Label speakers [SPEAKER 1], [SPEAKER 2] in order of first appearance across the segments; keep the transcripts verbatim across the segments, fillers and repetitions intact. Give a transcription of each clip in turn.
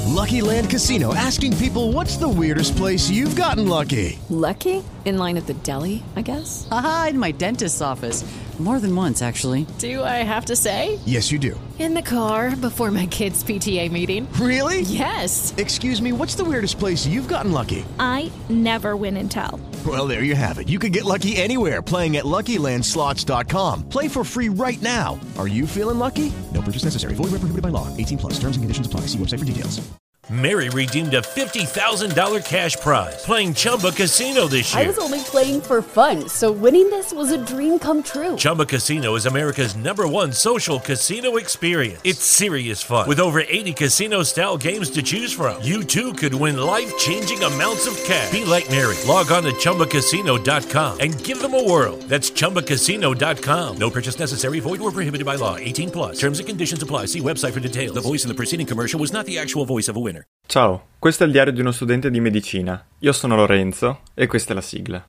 [SPEAKER 1] Lucky Land Casino, asking people, what's the weirdest place you've gotten lucky?
[SPEAKER 2] Lucky? In line at the deli, I guess?
[SPEAKER 3] Aha, in my dentist's office. More than once, actually.
[SPEAKER 2] Do I have to say?
[SPEAKER 1] Yes, you do.
[SPEAKER 2] In the car before my kids' P T A meeting.
[SPEAKER 1] Really?
[SPEAKER 2] Yes.
[SPEAKER 1] Excuse me, what's the weirdest place you've gotten lucky?
[SPEAKER 4] I never win and tell.
[SPEAKER 1] Well, there you have it. You can get lucky anywhere, playing at Lucky Land Slots dot com. Play for free right now. Are you feeling lucky? No purchase necessary. Void where prohibited by law. eighteen plus. Terms and conditions apply. See website for details.
[SPEAKER 5] Mary redeemed a fifty thousand dollars cash prize playing Chumba Casino this year.
[SPEAKER 6] I was only playing for fun, so winning this was a dream come true.
[SPEAKER 5] Chumba Casino is America's number one social casino experience. It's serious fun. With over eighty casino-style games to choose from, you too could win life-changing amounts of cash. Be like Mary. Log on to Chumba Casino dot com and give them a whirl. That's Chumba Casino dot com. No purchase necessary. Void or prohibited by law. eighteen plus. Terms and conditions apply. See website for details. The voice in the preceding commercial was not the actual voice of a winner.
[SPEAKER 7] Ciao, questo è il diario di uno studente di medicina. Io sono Lorenzo e questa è la sigla.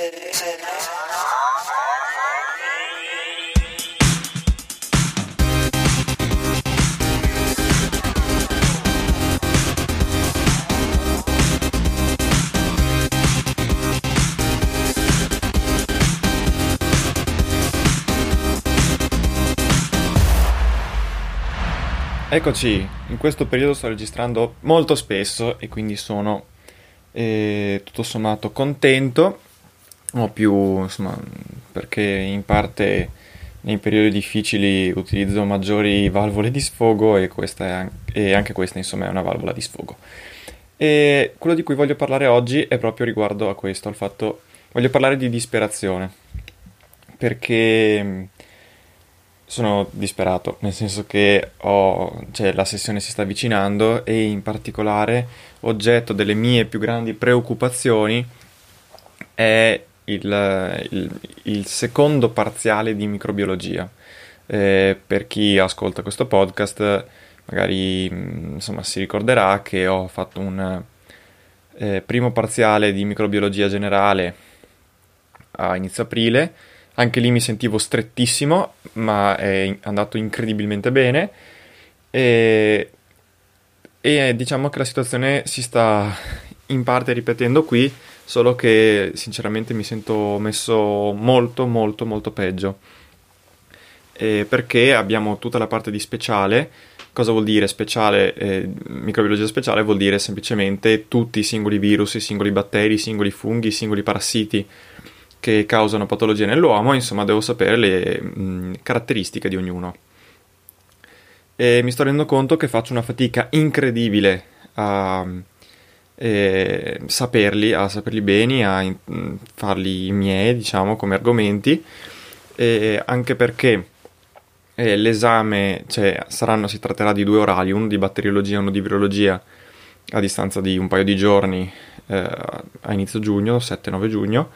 [SPEAKER 7] Eccoci, in questo periodo sto registrando molto spesso e quindi sono eh, tutto sommato contento, o più insomma, perché in parte nei periodi difficili utilizzo maggiori valvole di sfogo e, questa è an- e anche questa insomma è una valvola di sfogo. E quello di cui voglio parlare oggi è proprio riguardo a questo, al fatto, voglio parlare di disperazione, perché sono disperato, nel senso che ho, cioè, la sessione si sta avvicinando e in particolare oggetto delle mie più grandi preoccupazioni è il, il, il secondo parziale di microbiologia. Eh, per chi ascolta questo podcast magari insomma si ricorderà che ho fatto un eh, primo parziale di microbiologia generale a inizio aprile. Anche lì mi sentivo strettissimo, ma è andato incredibilmente bene e, e diciamo che la situazione si sta in parte ripetendo qui, solo che sinceramente mi sento messo molto molto molto peggio, e perché abbiamo tutta la parte di speciale. Cosa vuol dire speciale? Eh, microbiologia speciale vuol dire semplicemente tutti i singoli virus, i singoli batteri, i singoli funghi, i singoli parassiti che causano patologie nell'uomo. Insomma, devo sapere le mh, caratteristiche di ognuno. E mi sto rendendo conto che faccio una fatica incredibile a eh, saperli, a saperli bene, a in, farli miei, diciamo, come argomenti, e anche perché eh, l'esame, cioè, saranno, si tratterà di due orali, uno di batteriologia e uno di virologia, a distanza di un paio di giorni eh, a inizio giugno, sette nove giugno.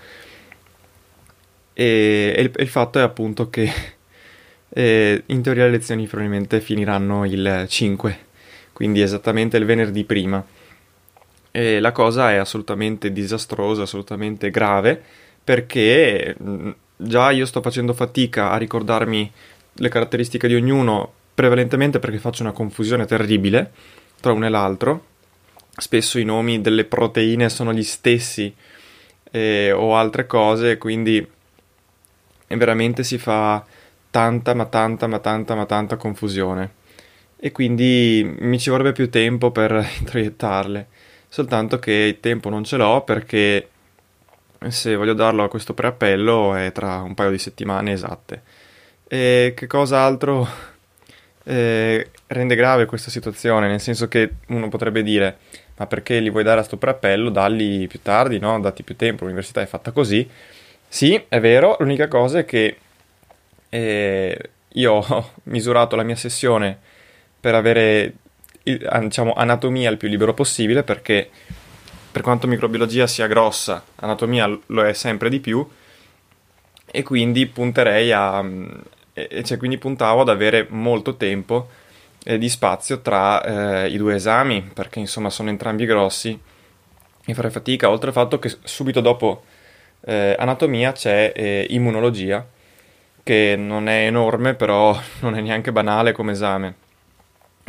[SPEAKER 7] E, e, il, e il fatto è appunto che eh, in teoria le lezioni probabilmente finiranno il cinque, quindi esattamente il venerdì prima. E la cosa è assolutamente disastrosa, assolutamente grave, perché mh, già io sto facendo fatica a ricordarmi le caratteristiche di ognuno, prevalentemente perché faccio una confusione terribile tra uno e l'altro. Spesso i nomi delle proteine sono gli stessi eh, o altre cose, quindi e veramente si fa tanta ma tanta ma tanta ma tanta confusione, e quindi mi ci vorrebbe più tempo per introiettarle, soltanto che il tempo non ce l'ho, perché se voglio darlo a questo preappello è tra un paio di settimane esatte. E che cos'altro eh, rende grave questa situazione, nel senso che uno potrebbe dire: ma perché li vuoi dare a sto preappello? Dalli più tardi, no? Datti più tempo, l'università è fatta così. Sì, è vero, l'unica cosa è che eh, io ho misurato la mia sessione per avere, diciamo, anatomia il più libero possibile, perché per quanto microbiologia sia grossa, anatomia lo è sempre di più, e quindi punterei a, e cioè quindi puntavo ad avere molto tempo eh, di spazio tra eh, i due esami, perché insomma sono entrambi grossi e farei fatica, oltre al fatto che subito dopo Eh, anatomia c'è eh, immunologia, che non è enorme, però non è neanche banale come esame,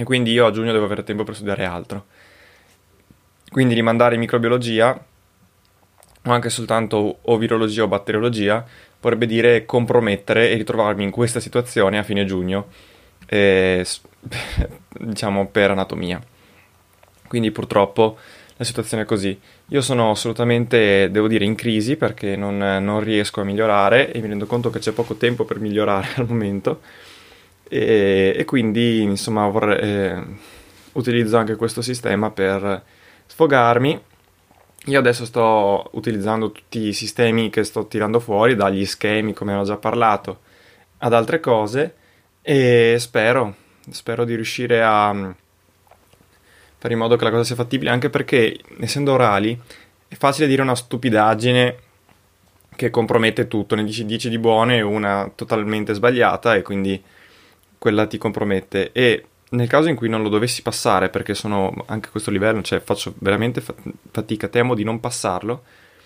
[SPEAKER 7] e quindi io a giugno devo avere tempo per studiare altro. Quindi rimandare microbiologia o anche soltanto o virologia o batteriologia vorrebbe dire compromettere e ritrovarmi in questa situazione a fine giugno, eh, diciamo per anatomia. Quindi purtroppo la situazione è così. Io sono assolutamente, devo dire, in crisi perché non, non riesco a migliorare e mi rendo conto che c'è poco tempo per migliorare al momento e, e quindi insomma vorrei, eh, utilizzo anche questo sistema per sfogarmi. Io adesso sto utilizzando tutti i sistemi che sto tirando fuori, dagli schemi, come ho già parlato, ad altre cose e spero, spero di riuscire a fare in modo che la cosa sia fattibile, anche perché, essendo orali, è facile dire una stupidaggine che compromette tutto, ne dici dieci di buone e una totalmente sbagliata e quindi quella ti compromette. E nel caso in cui non lo dovessi passare, perché sono anche a questo livello, cioè faccio veramente fatica, temo di non passarlo,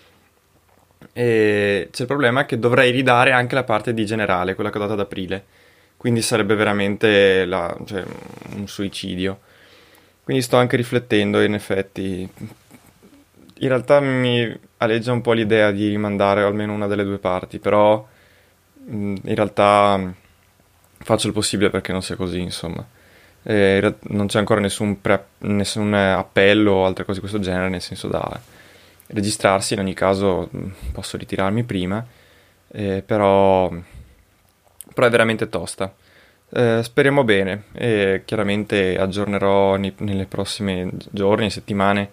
[SPEAKER 7] e c'è il problema che dovrei ridare anche la parte di generale, quella che ho dato ad aprile, quindi sarebbe veramente la, cioè, un suicidio. Quindi sto anche riflettendo e in effetti in realtà mi aleggia un po' l'idea di rimandare almeno una delle due parti, però in realtà faccio il possibile perché non sia così, insomma. Eh, non c'è ancora nessun, pre- nessun appello o altre cose di questo genere, nel senso da registrarsi. In ogni caso posso ritirarmi prima, eh, però, però è veramente tosta. Eh, speriamo bene e chiaramente aggiornerò nei, nelle prossime giorni, settimane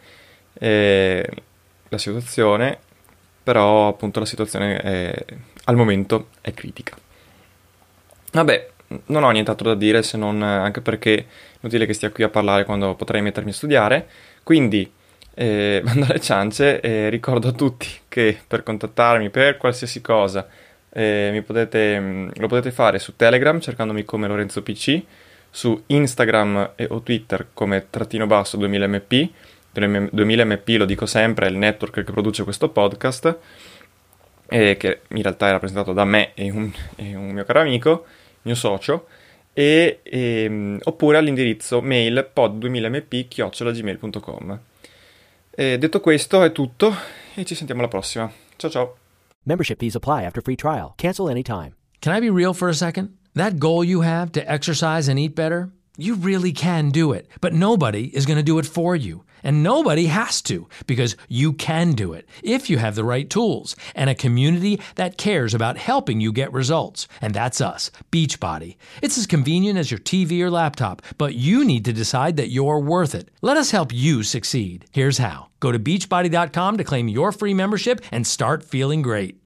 [SPEAKER 7] eh, la situazione, però appunto la situazione è, al momento è critica. Vabbè, non ho nient'altro da dire se non, anche perché è inutile che stia qui a parlare quando potrei mettermi a studiare, quindi eh, bando alle ciance e ricordo a tutti che per contattarmi per qualsiasi cosa Eh, mi potete, lo potete fare su Telegram cercandomi come Lorenzo P C, su Instagram e o Twitter come trattino basso duemila M P. duemila M P, lo dico sempre, è il network che produce questo podcast, eh, che in realtà è rappresentato da me e un, e un mio caro amico, mio socio, e, e, oppure all'indirizzo mail pod duemila m p chiocciola gmail punto com. E detto questo è tutto e ci sentiamo alla prossima. Ciao ciao.
[SPEAKER 1] Membership fees apply after free trial. Cancel anytime.
[SPEAKER 8] Can I be real for a second? That goal you have to exercise and eat better, you really can do it, but nobody is going to do it for you. And nobody has to, because you can do it if you have the right tools and a community that cares about helping you get results. And that's us, Beachbody. It's as convenient as your T V or laptop, but you need to decide that you're worth it. Let us help you succeed. Here's how. Go to beachbody dot com to claim your free membership and start feeling great.